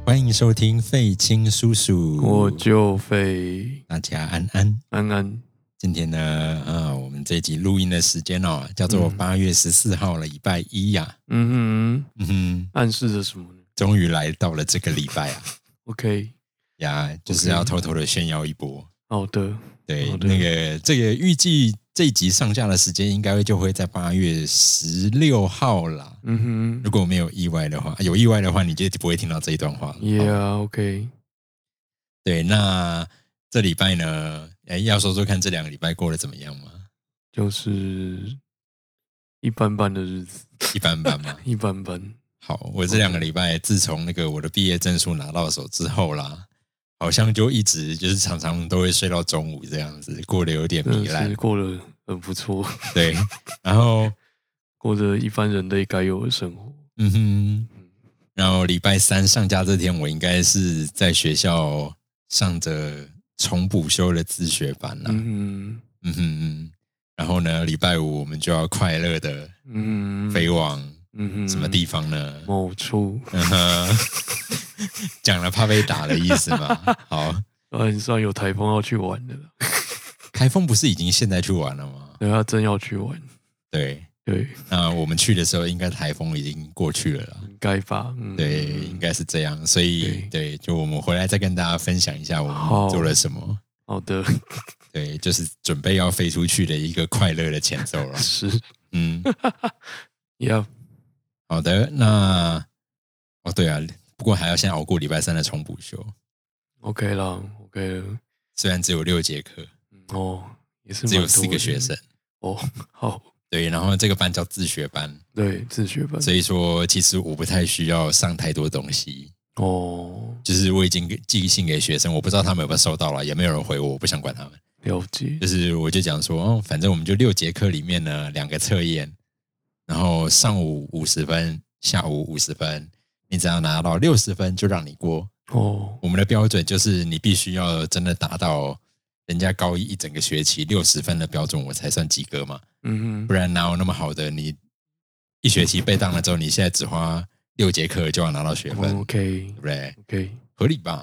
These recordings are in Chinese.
欢迎收听废青叔叔， 我就废。 大家安安安安。 今天呢，我们这集录音的时间叫做8月14号了，礼拜一呀。 暗示着什么呢？ 终于来到了这个礼拜啊。 OK 呀，就是要偷偷的炫耀一波。 好的， 对，这个预计这一集上架的时间应该就会在8月16号啦。如果没有意外的话，有意外的话，你就不会听到这一段话了。 Yeah，OK。 对，那这礼拜呢，要说说看这2个礼拜过得怎么样吗？ 就是一般般的日子。 一般般吗？ 一般般。 好，我这2个礼拜自从我的毕业证书拿到手之后啦，好像就一直就是常常都会睡到中午这样子，过得有点糜烂， 过得很不错。 对，然后过着一般人类该有的生活。 然后礼拜3上架这天，我应该是在学校上着重补修的自学班啦。然后呢，礼拜5我们就要快乐的飞往什么地方呢？ 某处。 讲了怕被打的意思嘛。好， 算有台风要去玩的了。 台风不是已经现在去玩了吗？ 对，他真要去玩。 对， 那我们去的时候，应该台风已经过去了啦。 应该吧。 对，应该是这样。所以对，就我们回来再跟大家分享一下我们做了什么。 好的。 对，就是准备要飞出去的一个快乐的前奏了。 是。 好的，那对啊，不过还要先熬过礼拜3的重补修。 OK 了。 虽然只有6节课， 也是只有4个学生。 好。 对，然后这个班叫自学班。 对，自学班。 所以说，其实我不太需要上太多东西。就是我已经寄信给学生，我不知道他们有没有收到了，也没有人回我，我不想管他们。 了解。 就是我就讲说，反正我们就6节课里面呢2个测验，然后上午50分，下午50分，你只要拿到60分就让你过。我们的标准就是你必须要真的达到人家高一整个学期60分的标准，我才算及格嘛。不然哪有那么好的？你一学期被当了之后，你现在只花6节课就要拿到学分。 OK， 对不对？ OK， 合理吧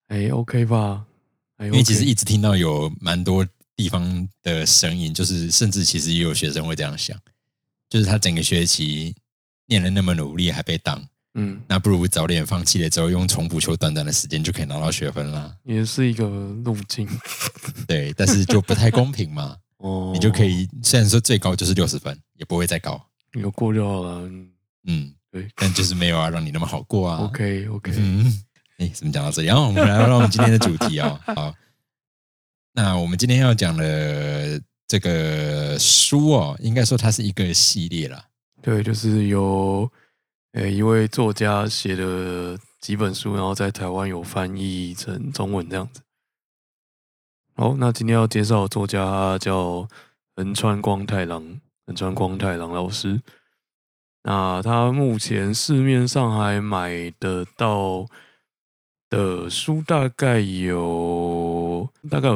？OK 吧？ 因为其实一直听到有蛮多地方的声音，就是甚至其实也有学生会这样想，就是他整个学期念了那么努力还被当，那不如早点放弃了之后，用重补修短短的时间就可以拿到学分啦。 也是一个路径。 对，但是就不太公平嘛。你就可以，虽然说最高就是60分，也不会再高， 有过就好了。对， 但就是没有让你那么好过啊。 OK， 怎么讲到这里？然后我们来到我们今天的主题哦。好，那我们今天要讲的这个书应该说它是一个系列啦。 对，就是有一位作家写的几本书，然后在台湾有翻译成中文这样子。好，那今天要介绍的作家他叫横川光太郎老师。那他目前市面上还买得到的书大概有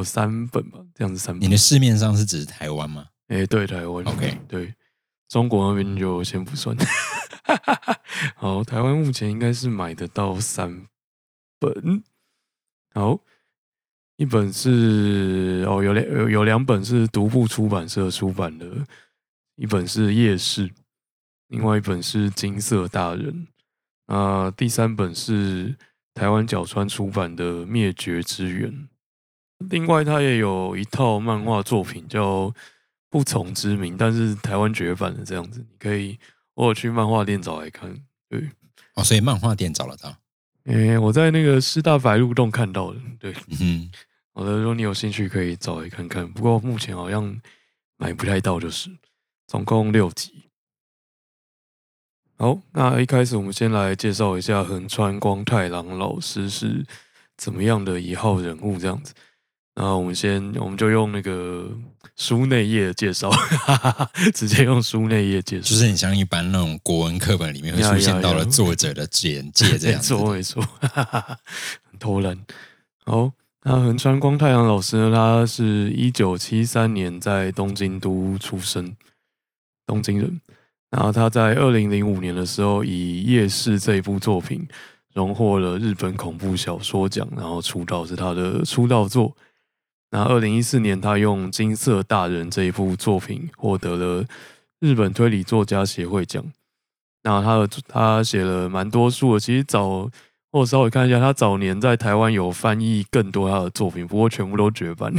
3本吧，这样子3本。 你的市面上是指台湾吗？ 对，台湾。 OK， 对，中国那边就先不算。好，台湾目前应该是买得到3本。好，一本是有2本是独步出版社出版的，一本是夜市，另外一本是金色大人。第3本是台湾角川出版的灭绝之源。另外他也有一套漫画作品叫不从之名，但是台湾绝版的这样子，你可以偶尔去漫画店找来看。对， 所以漫画店找得到。 我在那个师大白鹿洞看到的。对，好的，如果你有兴趣可以找来看看，不过目前好像买不太到，就是总共6集。好，那一开始我们先来介绍一下横川光太郎老师是怎么样的一号人物这样子。那我们就用那个书内页介绍，直接用书内页介绍， 就是很像一般那种国文课本里面会出现到了作者的简介这样子。 没错，很偷懒。好，那横川光太郎老师呢，他是1973年在东京都出生，东京人。然后他在2005年的时候，以《夜市》这一部作品荣获了日本恐怖小说奖，然后出道是他的出道作。那2014年，他用《金色大人》这一部作品获得了日本推理作家协会奖。那他写了蛮多书的，其实我稍微看一下，他早年在台湾有翻译更多他的作品，不过全部都绝版。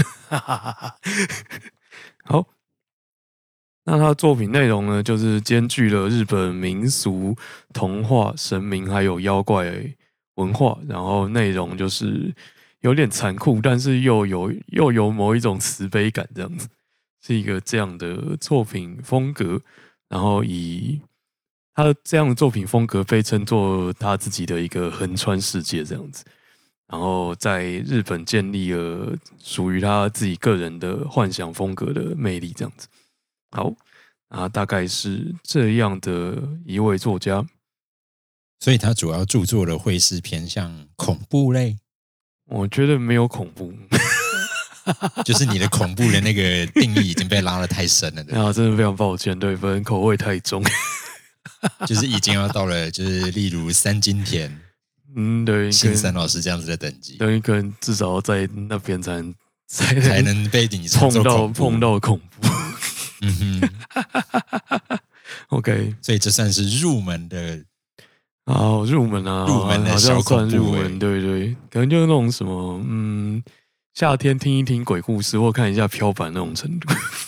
好，那他的作品内容呢，就是兼具了日本民俗、童话、神明还有妖怪文化，然后内容就是有点残酷，但是又有某一种慈悲感，这样子是一个这样的作品风格。然后以他的这样的作品风格被称作他自己的一个横穿世界这样子，然后在日本建立了属于他自己个人的幻想风格的魅力这样子。好，大概是这样的一位作家， 所以他主要著作的会是偏向恐怖类。 我觉得没有恐怖。 就是你的恐怖的那个定义已经被拉得太深了。 真的非常抱歉，对，可能口味太重。 就是已经要到了，就是例如三金田， 对， 新三老师这样子的等级， 对，可能至少在那边才能被你碰到恐怖。OK， 所以这算是入门的。 入门的小恐怖， 入门，对，可能就是那种什么，夏天听一听鬼故事，或看一下飘版那种程度。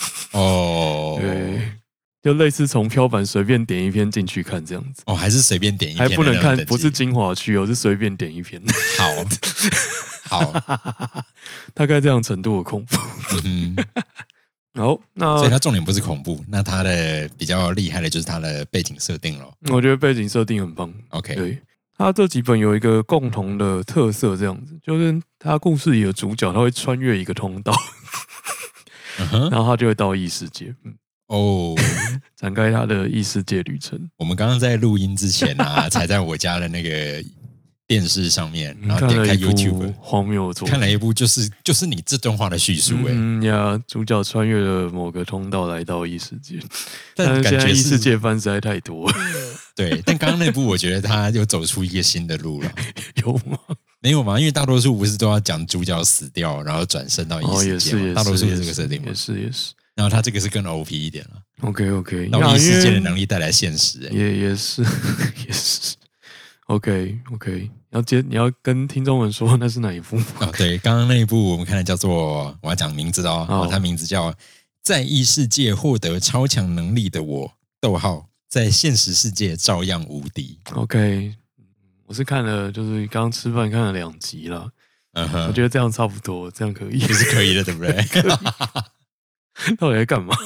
对。就类似从飘版随便点一篇进去看这样子。 还是随便点一篇， 还不能看，不是精华区是随便点一篇。 好， 大概这样程度的恐怖。好， 所以它重点不是恐怖，那它的比较厉害的就是它的背景设定咯。 我觉得背景设定很棒。 OK， 对，它这几本有一个共同的特色，这样子就是它故事里的主角他会穿越一个通道，然后他就会到异世界。展开他的异世界旅程。 我们刚刚在录音之前才在我家的那个电视上面，然后点开 YouTube， 荒谬作， 看了一部就是你这段话的叙述。 主角穿越了某个通道来到异世界，但现在异世界番实在太多了。 对，但刚刚那部我觉得他又走出一个新的路了。 有吗？ 没有嘛？因为大多数不是都要讲主角死掉，然后转身到异世界嘛？大多数是这个设定嘛？ 也是。 然后他这个是更 OP 一点了。 OK， 然后异世界的能力带来现实， 也是。OK， 你要跟听众们说那是哪一部？ 对，刚刚那一部我们看的叫做，我要讲名字它名字叫《在异世界获得超强能力的我：在现实世界照样无敌》。 OK， 我是看了，就是刚刚吃饭看了2集了。我觉得这样差不多，这样可以， 就是可以的，对不对？ 到底在干嘛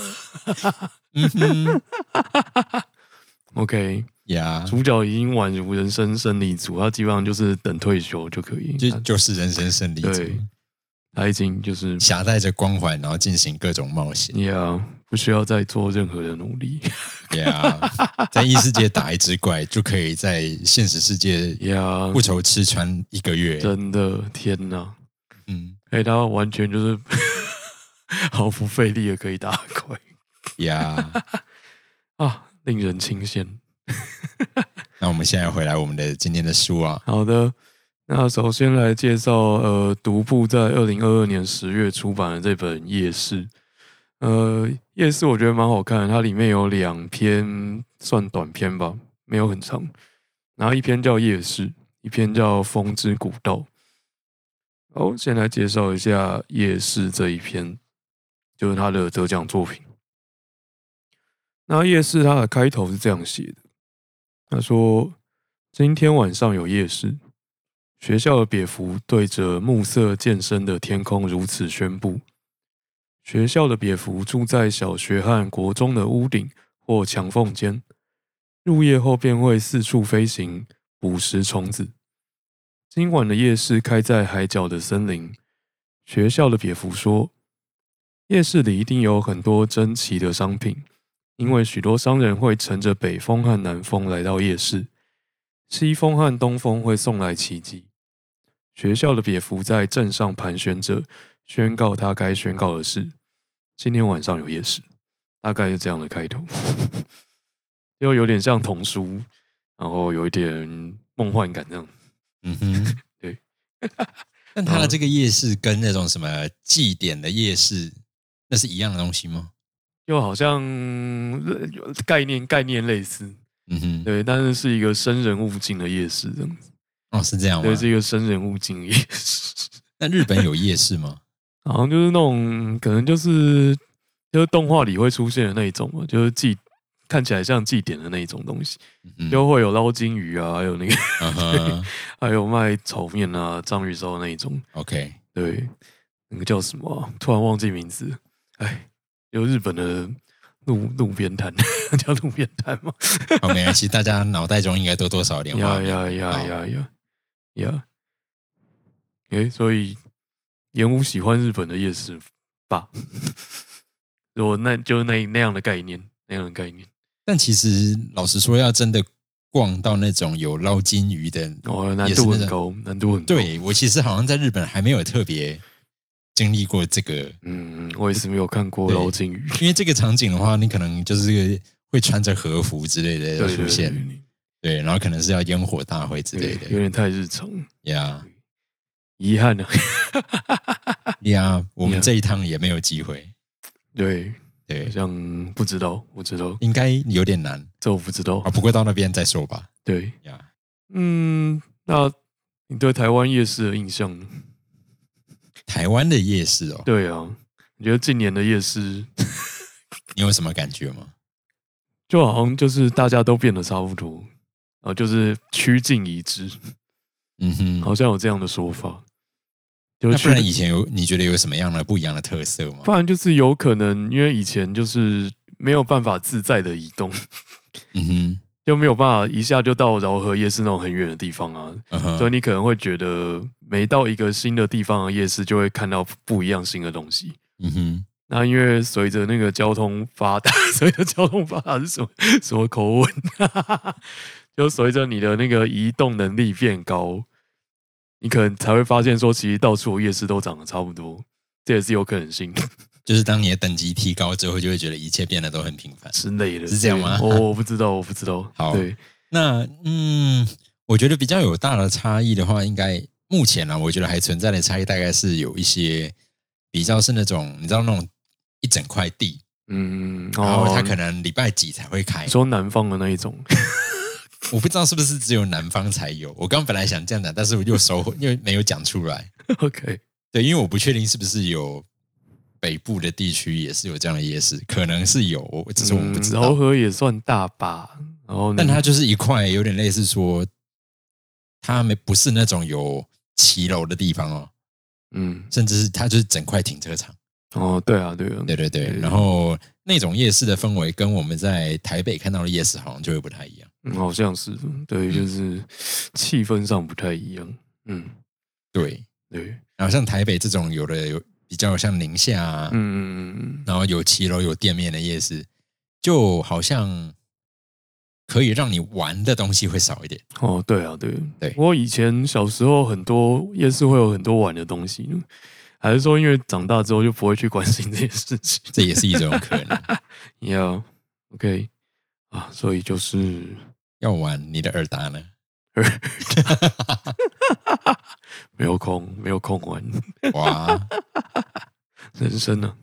？OK，主角已经宛如人生胜利组，他基本上就是等退休就可以， 就是人生胜利组。 对，他已经就是携带着光环，然后进行各种冒险。 不需要再做任何的努力。 在异世界打一只怪，就可以在现实世界不愁吃穿1个月。 真的，天哪！他完全就是毫不费力的可以打怪。令人钦羡。 那我们现在回来我们的今天的书啊。 好的，那首先来介绍独步在2022年10月出版的这本《夜市》。夜市我觉得蛮好看的，它里面有2篇算短篇吧，没有很长。然后一篇叫《夜市》，一篇叫《风之古道》。好，先来介绍一下《夜市》这一篇，就是他的得奖作品。那夜市它的开头是这样写的，他说：今天晚上有夜市，学校的蝙蝠对着暮色渐深的天空如此宣布。学校的蝙蝠住在小学和国中的屋顶或墙缝间，入夜后便会四处飞行，捕食虫子。今晚的夜市开在海角的森林。学校的蝙蝠说，夜市里一定有很多珍奇的商品，因为许多商人会乘着北风和南风来到夜市，西风和东风会送来奇迹。学校的蝙蝠在镇上盘旋着，宣告他该宣告的事。今天晚上有夜市，大概是这样的开头。又有点像童书，然后有一点梦幻感这样。 嗯哼， 对。 但它的这个夜市跟那种什么祭典的夜市，那是一样的东西吗？ 就好像概念类似， 嗯哼， 对，但是是一个生人勿近的夜市这样子。 哦，是这样吗？ 对，是一个生人勿近的夜市。 那日本有夜市吗？ 好像就是那种可能就是动画里会出现的那一种嘛，就是看起来像祭典的那一种东西，就会有捞金鱼啊，还有那个还有卖炒面啊、章鱼烧那一种。 OK， 对，那个叫什么啊？突然忘记名字。哎，有日本的路边摊，叫路边摊吗？ 好，没关系，大家脑袋中应该多多少有点画面。 呀。哎，所以岩武喜欢日本的夜市吧？如果那就那样的概念， 但其实老实说，要真的逛到那种有捞金鱼的， 难度很高， 对，我其实好像在日本还没有特别经历过这个。 我也是没有看过捞金鱼， 因为这个场景的话，你可能就是会穿着和服之类的出现，对，然后可能是要烟火大会之类的， 有点太日常。 呀， 遗憾啊。 呀，我们这一趟也没有机会。 对， 好像不知道， 应该有点难， 这我不知道。 不过到那边再说吧。 对呀， 那你对台湾夜市的印象呢？ 台湾的夜市哦， 对啊，你觉得近年的夜市， 你有什么感觉吗？ 就好像就是大家都变得差不多，就是趋近一致。好像有这样的说法。 那不然以前你觉得有什么样的不一样的特色吗？ 不然就是有可能，因为以前就是没有办法自在的移动，就没有办法一下就到饶河夜市那种很远的地方啊，所以你可能会觉得每到一个新的地方的夜市，就会看到不一样新的东西。那因为随着那个交通发达，是什么口吻？就随着你的那个移动能力变高，你可能才会发现说，其实到处夜市都长得差不多，这也是有可能性的。 就是当你的等级提高之后，就会觉得一切变得都很平凡之类的， 是这样吗？ 我不知道。 好， 对， 那我觉得比较有大的差异的话，应该目前呢，我觉得还存在的差异大概是有一些比较是那种你知道那种一整块地，然后它可能礼拜几才会开， 说南方的那一种。 我不知道是不是只有南方才有。我刚本来想这样讲，但是我又没有讲出来。 OK， 对，因为我不确定是不是有北部的地区也是有这样的夜市，可能是有，只是我们不知道。 饶河也算大吧，然后但它就是一块，有点类似说，它不是那种有骑楼的地方哦，甚至是它就是整块停车场。 对啊， 对。然后那种夜市的氛围跟我们在台北看到的夜市好像就会不太一样。 好像是，对，就是气氛上不太一样。 对。然后像台北这种有比较像宁夏啊，然后有骑楼有店面的夜市，就好像可以让你玩的东西会少一点。 对啊。我以前小时候很多夜市会有很多玩的东西，还是说因为长大之后就不会去关心这些事情？ 这也是一种可能。 OK 啊，所以就是要玩你的耳达呢？ 没有空玩。 哇， 人生呢？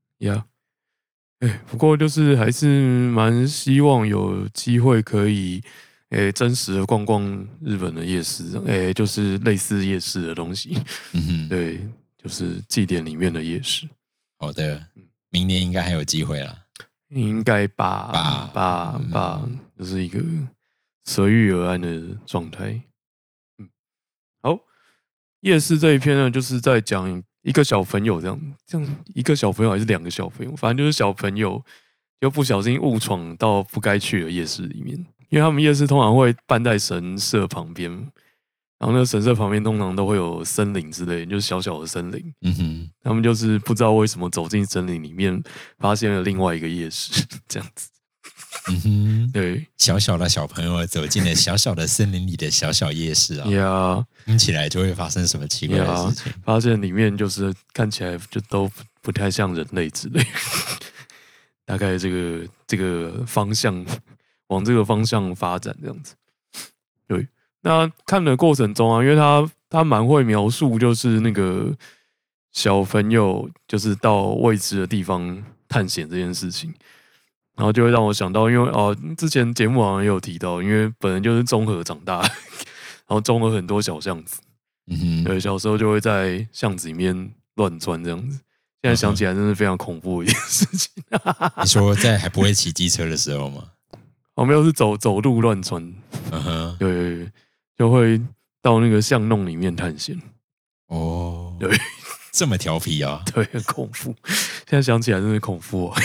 不过就是还是蛮希望有机会可以真实的逛逛日本的夜市，就是类似夜市的东西。对，就是祭典里面的夜市。 好的，明年应该还有机会啦。 应该吧，就是一个随遇而安的状态。好，夜市这一篇呢，就是在讲一个小朋友这样一个小朋友还是2个小朋友，反正就是小朋友就不小心误闯到不该去的夜市里面，因为他们夜市通常会办在神社旁边，然后那个神社旁边通常都会有森林之类的，就是小小的森林。他们就是不知道为什么走进森林里面，发现了另外一个夜市，这样子。对， 小小的小朋友走进了小小的森林里的小小夜市啊，听起来就会发生什么奇怪的事情？ 发现里面就是看起来就都不太像人类之类，大概这个方向往这个方向发展这样子。对， 那看的过程中啊，因为他蛮会描述，就是那个小朋友就是到未知的地方探险这件事情，然后就会让我想到，因为之前节目好像也有提到，因为本人就是中和长大，然后中和很多小巷子，对，小时候就会在巷子里面乱钻这样子。现在想起来真是非常恐怖的一件事情。 你说在还不会骑机车的时候吗？ 没有，是走路乱窜。对，就会到那个巷弄里面探险。 哦， 对， 这么调皮啊？ 对，很恐怖。现在想起来真是恐怖哦。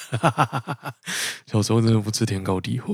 小时候真的不知天高地厚。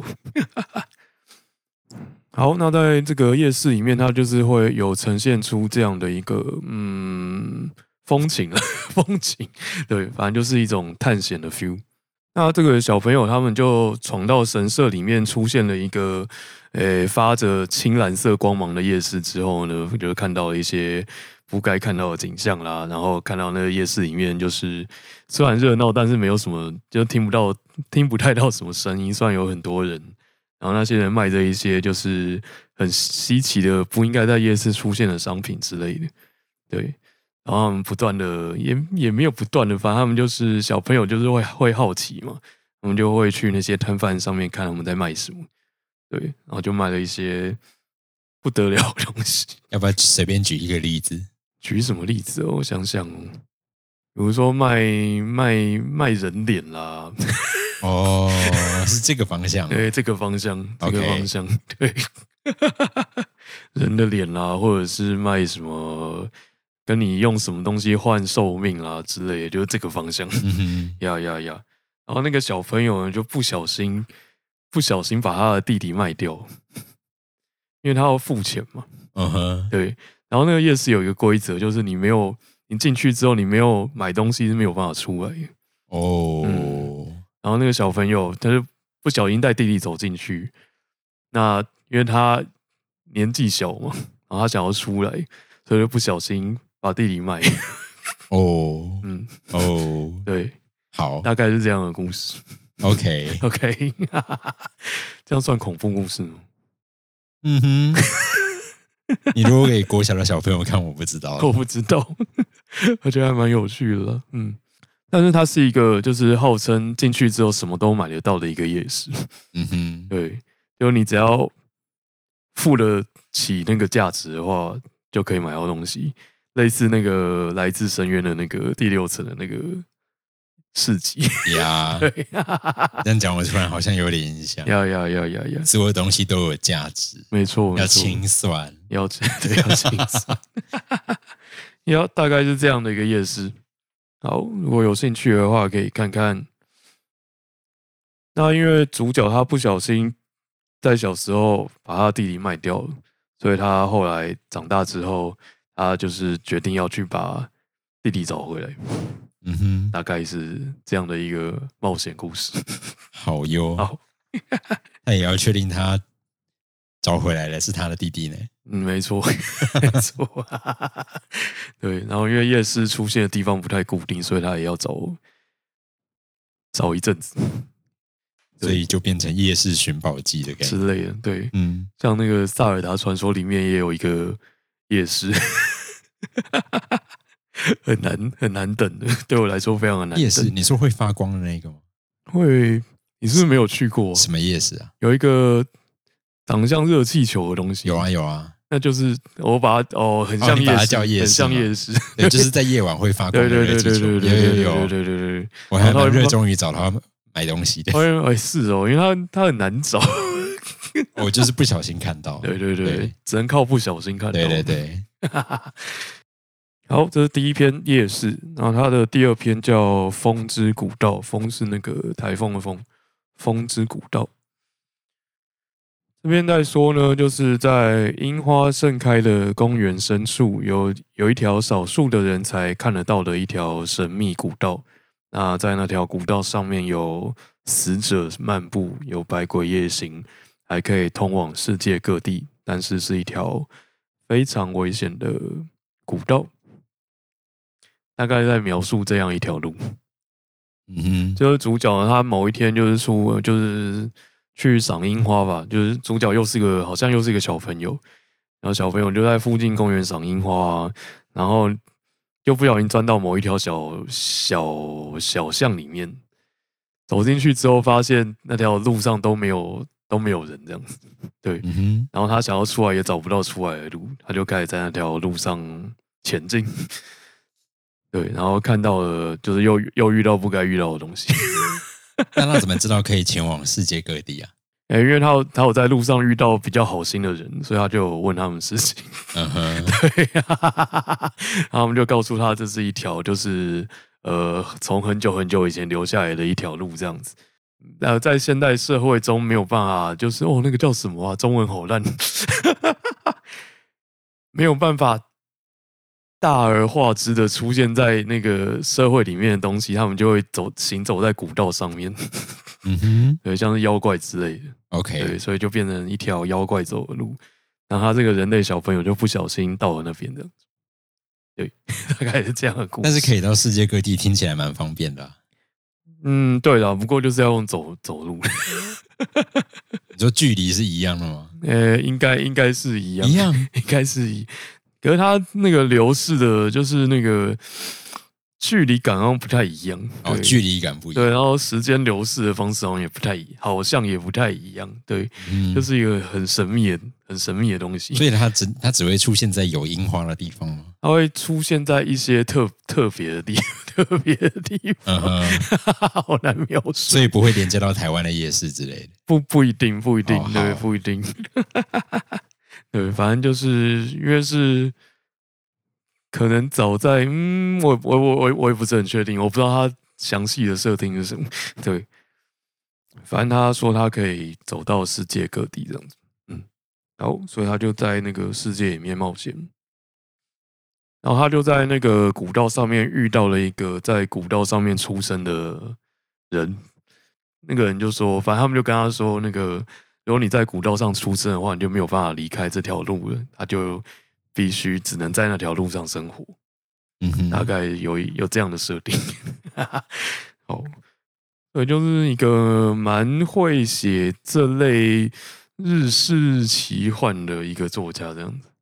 好，那在这个夜市里面，它就是会有呈现出这样的一个风情，对，反正就是一种探险的 feel。那这个小朋友他们就闯到神社里面，出现了一个发着青蓝色光芒的夜市之后呢，就看到了一些不该看到的景象啦。然后看到那个夜市里面，就是虽然热闹，但是没有什么，就听不太到什么声音。虽然有很多人，然后那些人卖着一些就是很稀奇的、不应该在夜市出现的商品之类的，对。然后他们不断的也没有不断的，反正他们就是小朋友，就是会好奇嘛，我们就会去那些摊贩上面看他们在卖什么，对，然后就卖了一些不得了的东西。 要不要随便举一个例子？ 举什么例子哦？我想想哦，比如说卖人脸啦。 哦，是这个方向。 对，这个方向，对，人的脸啦，或者是卖什么。跟你用什么东西换寿命啦之类的，就是这个方向。呀，然后那个小朋友呢，就不小心把他的弟弟卖掉，因为他要付钱嘛。对。然后那个夜市有一个规则，就是你进去之后，你没有买东西是没有办法出来的。然后那个小朋友他就不小心带弟弟走进去，那因为他年纪小嘛，然后他想要出来，所以就不小心把弟弟卖。对， 好， 大概是这样的故事。 OK， 这样算恐怖故事吗？ 你如果给国小的小朋友看，我不知道， 我不知道，我觉得还蛮有趣的。但是它是一个就是号称进去之后什么都买得到的一个夜市。对，就你只要付得起那个价值的话，就可以买到东西。类似那个来自深渊的那个第6层的那个市集呀，这样讲我突然好像有点印象。 所有东西都有价值， 没错， 要清算， 要清算，大概是这样的一个夜市。好，如果有兴趣的话，可以看看。那因为主角他不小心在小时候把他弟弟卖掉了，所以他后来长大之后。他就是决定要去把弟弟找回来，大概是这样的一个冒险故事。 好哟，好，那也要确定他找回来的是他的弟弟呢？ 没错，没错。对，然后因为夜市出现的地方不太固定，所以他也要找一阵子， 所以就变成夜市寻宝记的感觉之类的。对，像那个萨尔达传说里面也有一个。夜市很难等的，对我来说非常的难等。 夜市，你说会发光的那个吗？ 会，你是不是没有去过？ 什么夜市啊？ 有一个长得像热气球的东西。 有啊， 那就是我把它很像夜市， 把它叫夜市， 很像夜市， 对，就是在夜晚会发光的热气球。 对， 我还蛮热衷于找他买东西的。 是哦，因为它很难找。 我就是不小心看到， 对，只能靠不小心看到。 对。 好，这是第一篇夜市，然后它的第二篇叫风之古道，风是那个台风的风，风之古道。这边在说呢，就是在樱花盛开的公园深处，有一条少数的人才看得到的一条神秘古道。那在那条古道上面有死者漫步，有百鬼夜行。还可以通往世界各地，但是是一条非常危险的古道。大概在描述这样一条路。就是主角呢，他某一天就是去赏樱花吧，就是主角好像又是一个小朋友，然后小朋友就在附近公园赏樱花，然后又不小心钻到某一条小巷里面，走进去之后发现那条路上都没有人这样子，对，然后他想要出来也找不到出来的路，他就开始在那条路上前进，对，然后看到了就是又遇到不该遇到的东西。 那他怎么知道可以前往世界各地啊？ 因为他有在路上遇到比较好心的人，所以他就有问他们事情。对，然后他们就告诉他这是一条就是从很久很久以前留下来的一条路这样子。在现代社会中没有办法，就是那个叫什么啊？中文好烂，没有办法大而化之的出现在那个社会里面的东西，他们就会行走在古道上面。对，像是妖怪之类的。 OK， 对，所以就变成一条妖怪走的路，然后他这个人类小朋友就不小心到了那边的。对，大概是这样的故事。 但是可以到世界各地，听起来蛮方便的啊。 对啦，不过就是要用走路。 你说距离是一样的吗？ 应该是一样，应该是可是他那个流逝的，就是那个距离感好像不太一样。 距离感不一样。 对，然后时间流逝的方式好像也不太一样。对，就是一个很神秘的东西。 所以它只会出现在有樱花的地方吗？ 它会出现在一些特别的地方，好难描述。 所以不会连接到台湾的夜市之类的。 不一定，对，不一定。对，反正就是因为是可能早在我也不是很确定，我不知道它详细的设定是什么。对，反正他说他可以走到世界各地这样子。好，所以他就在那个世界里面冒险。然后他就在那个古道上面遇到了一个在古道上面出生的人，那个人就说，反正他们就跟他说，那个如果你在古道上出生的话，你就没有办法离开这条路了，他就必须只能在那条路上生活。大概有这样的设定。好，对，就是一个蛮会写这类日式奇幻的一个作家这样子。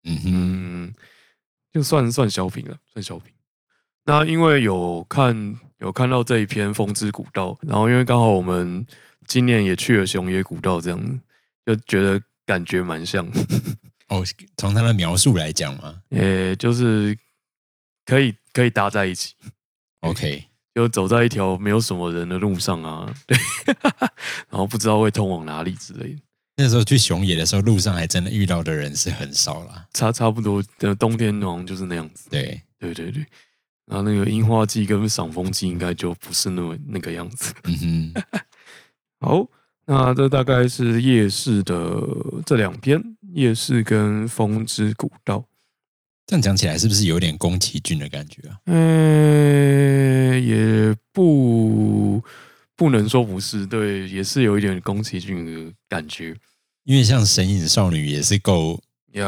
就算小品了，算小品。那因为有看到这一篇《风之古道》，然后因为刚好我们今年也去了熊野古道，这样子就觉得感觉蛮像。 从他的描述来讲嘛， 就是可以搭在一起。 OK， 就走在一条没有什么人的路上啊，对，然后不知道会通往哪里之类的。 那时候去熊野的时候，路上还真的遇到的人是很少啦。 差不多的冬天好像就是那样子。 对， 然后那个樱花季跟赏枫季应该就不是那个样子。好，那这大概是夜市的这两篇，夜市跟风之古道。 这样讲起来是不是有点宫崎骏的感觉啊？ 也不能说不是，对，也是有一点宫崎骏的感觉。 因为像《神隐少女》也是够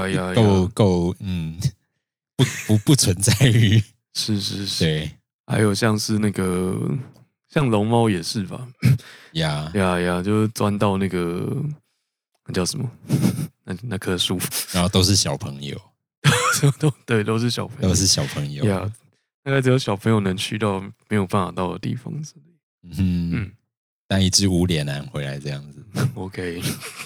不存在于是， 对， 还有像是那个像龙猫也是吧？呀，就是钻到那个那叫什么那棵树， 然后都是小朋友， 对，都是小朋友，呀，大概只有小朋友能去到没有办法到的地方之类。 带一只无脸男回来这样子。 OK，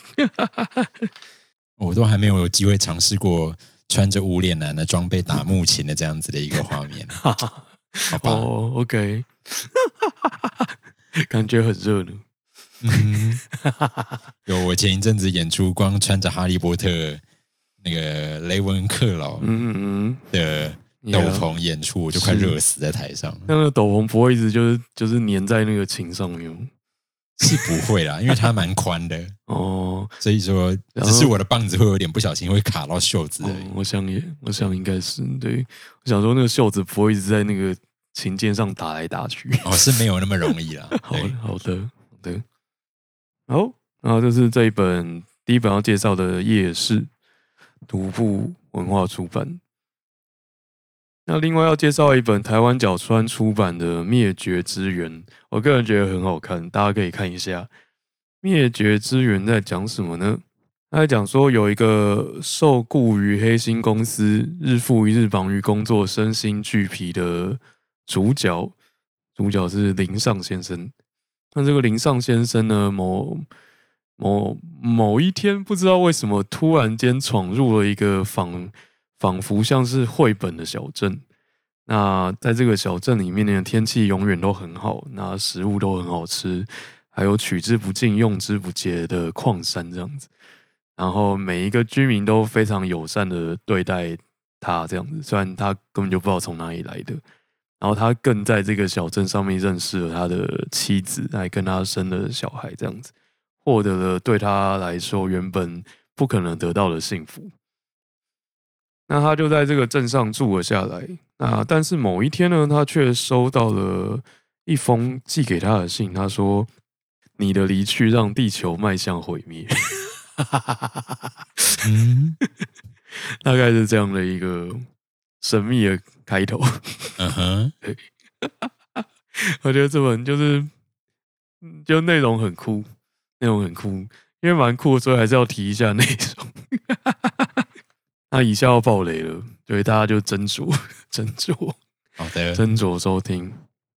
我都还没有机会尝试过穿着无脸男的装备打木琴的这样子的一个画面。好吧 ，OK， 感觉很热闹。 有我前一阵子演出，光穿着哈利波特那个雷文克劳的斗篷演出，我就快热死在台上。 那个斗篷不会一直就是粘在那个琴上面吗？ 是不会啦，因为它蛮宽的所以说只是我的棒子会有点不小心会卡到袖子而已。 我想应该是对。我想说那个袖子不会一直在那个琴键上打来打去。 是没有那么容易啦。 好的。好，然后这是这一本第一本要介绍的《夜市》，独步文化出版。那另外要介绍一本台湾角川出版的《灭绝之源》，我个人觉得很好看，大家可以看一下。 灭绝之源在讲什么呢？他在讲说有一个受雇于黑心公司，日复一日忙于工作，身心俱疲的主角是林上先生。那这个林上先生呢，某一天不知道为什么突然间闯入了一个仿佛像是绘本的小镇。那在这个小镇里面呢，天气永远都很好，那食物都很好吃，还有取之不尽用之不竭的矿山这样子。然后每一个居民都非常友善的对待他这样子，虽然他根本就不知道从哪里来的。然后他更在这个小镇上面认识了他的妻子，还跟他生了小孩这样子，获得了对他来说原本不可能得到的幸福。那他就在这个镇上住了下来。但是某一天呢，他却收到了一封寄给他的信，他说：“你的离去让地球迈向毁灭。”大概是这样的一个神秘的开头。对，我觉得这本就内容很酷，因为蛮酷的，所以还是要提一下内容。那以下要爆雷了，所以大家就斟酌， 好的， 斟酌收听。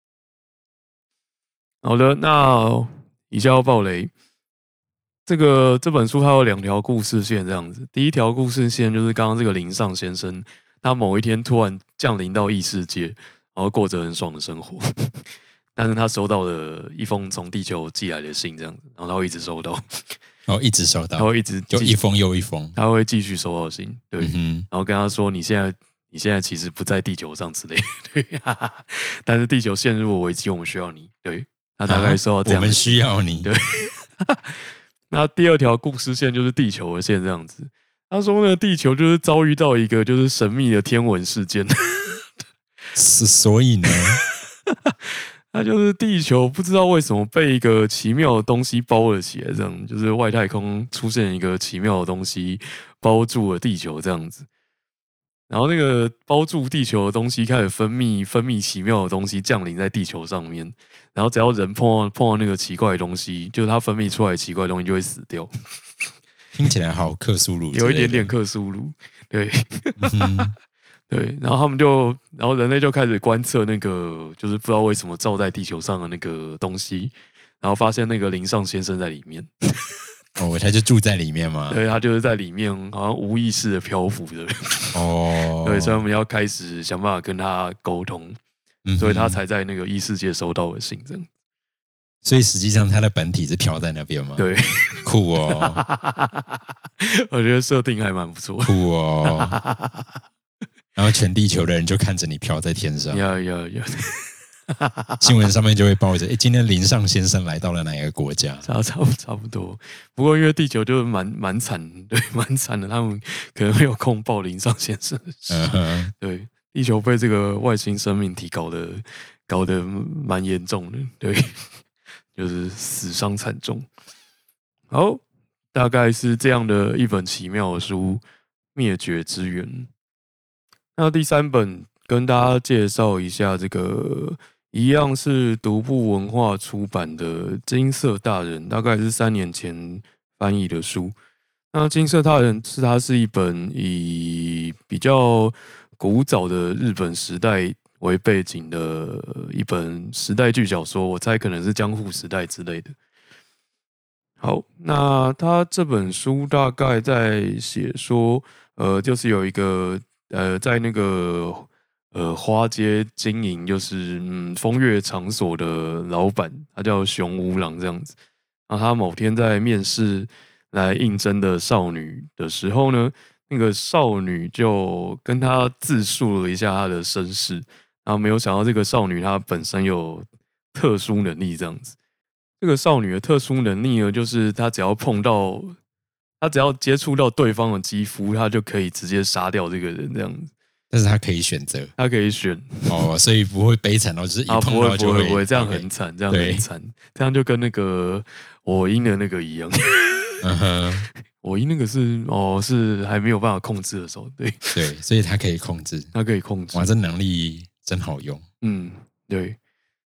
好的，那以下要爆雷。这本书它有2条故事线这样子。第一条故事线就是刚刚这个林上先生，他某一天突然降临到异世界，然后过着很爽的生活。但是他收到了一封从地球寄来的信，这样子，然后他会一直收到， 一直收到， 他会一直就一封又一封， 他会继续收到信，对，然后跟他说你现在其实不在地球上之类的，对，但是地球陷入危机，我们需要你，对，他大概收到这样， 我们需要你， 对。那第2条故事线就是地球的线这样子。他说呢，地球就是遭遇到一个就是神秘的天文事件， 所以呢， 那就是地球不知道为什么被一个奇妙的东西包了起来，这样就是外太空出现一个奇妙的东西包住了地球这样子。然后那个包住地球的东西开始分泌奇妙的东西降临在地球上面，然后只要人碰到那个奇怪的东西，就是它分泌出来的奇怪的东西就会死掉。 听起来好克苏鲁， 有一点点克苏鲁，对，对。然后人类就开始观测那个就是不知道为什么照在地球上的那个东西，然后发现那个林上先生在里面。 他就住在里面吗？ 对，他就是在里面，好像无意识的漂浮的。对，所以我们要开始想办法跟他沟通，所以他才在那个异世界收到的信，这样。 所以实际上他的本体是飘在那边吗？ 对， 酷哦！ 我觉得设定还蛮不错， 酷哦。然后全地球的人就看着你飘在天上， 呀。 新闻上面就会报着，今天林上先生来到了哪一个国家？ 差不多。不过因为地球就是蛮惨，对，蛮惨的，他们可能没有空报林上先生的事。对，地球被这个外星生命体搞得蛮严重的，对，就是死伤惨重。好，大概是这样的一本奇妙的书《灭绝之源》。那第3本跟大家介绍一下这个。一样是独步文化出版的《金色大人》，大概是3年前翻译的书。那《金色大人》它是一本以比较古早的日本时代为背景的一本时代剧小说，我猜可能是江户时代之类的。好，那他这本书大概在写说，就是有一个在那个。花街经营就是风月场所的老板，他叫熊五郎这样子。然后他某天在面试来应征的少女的时候呢，那个少女就跟他自述了一下她的身世，然后没有想到这个少女她本身有特殊能力这样子。这个少女的特殊能力呢，就是她只要接触到对方的肌肤，她就可以直接杀掉这个人这样子。 但是他可以选择， 他可以选所以不会悲惨到就是一碰到就不会这样很惨，这样很惨，这样就跟那个我音的那个一样。我音那个是还没有办法控制的时候，对， 所以他可以控制， 他可以控制， 哇，这能力真好用。 对。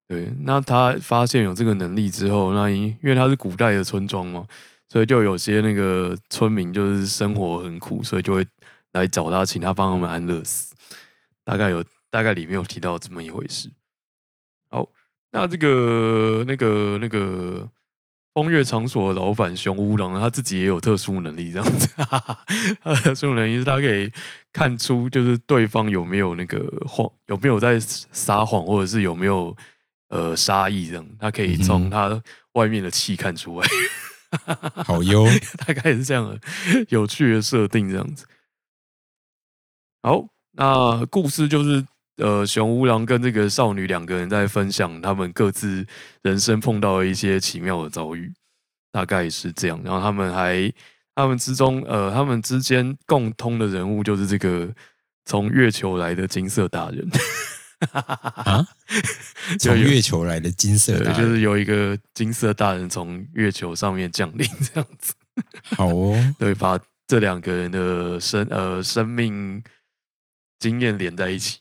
对，那他发现有这个能力之后，那因为他是古代的村庄嘛，所以就有些那个村民就是生活很苦，所以就会来找他，请他帮他们安乐死。大概里面有提到这么一回事。好，那这个那个风月场所的老板熊屋郎，他自己也有特殊能力，这样子。他的特殊能力是他可以看出，就是对方有没有那个有没有在撒谎，或者是有没有杀意这样，他可以从他外面的气看出来。 好哟， 大概是这样的有趣的设定，这样子。好，那故事就是熊屋郎跟这个少女两个人在分享他们各自人生碰到的一些奇妙的遭遇，大概是这样。然后他们之间共通的人物就是这个从月球来的金色大人。 啊？从月球来的金色大人， 就是有一个金色大人从月球上面降临，这样子。 好哦， 对，把这两个人的生命经验连在一起。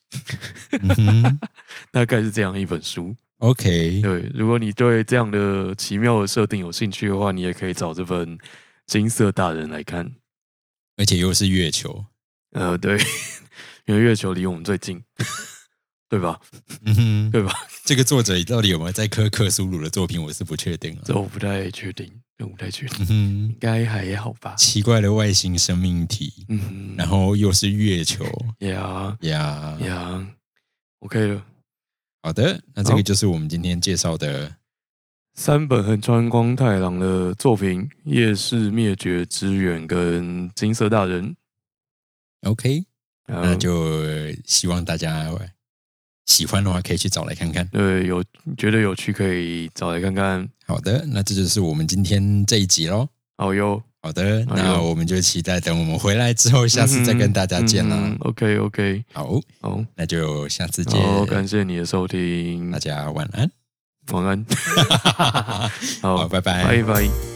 大概是这样一本书。 OK， 对，如果你对这样的奇妙的设定有兴趣的话，你也可以找这本《金色大人》来看。 而且又是月球。 对，因为月球离我们最近。对吧？对吧？ 这个作者到底有没有在刻克苏鲁的作品，我是不确定了。 这我不太确定，应该还好吧。 奇怪的外星生命体，然后又是月球， 呀，OK 了。 好的，那这个就是我们今天介绍的三本横川光太郎的作品《夜市灭绝之源》跟《金色大人》。 OK，那就希望大家喜欢的话可以去找来看看。 对，觉得有趣可以找来看看。 好的，那这就是我们今天这一集咯。 好哟。 好的，那我们就期待等我们回来之后，下次再跟大家见啦。 OK， 好，那就下次见。 好，感谢你的收听， 大家晚安。 晚安。 好，拜拜。 拜拜。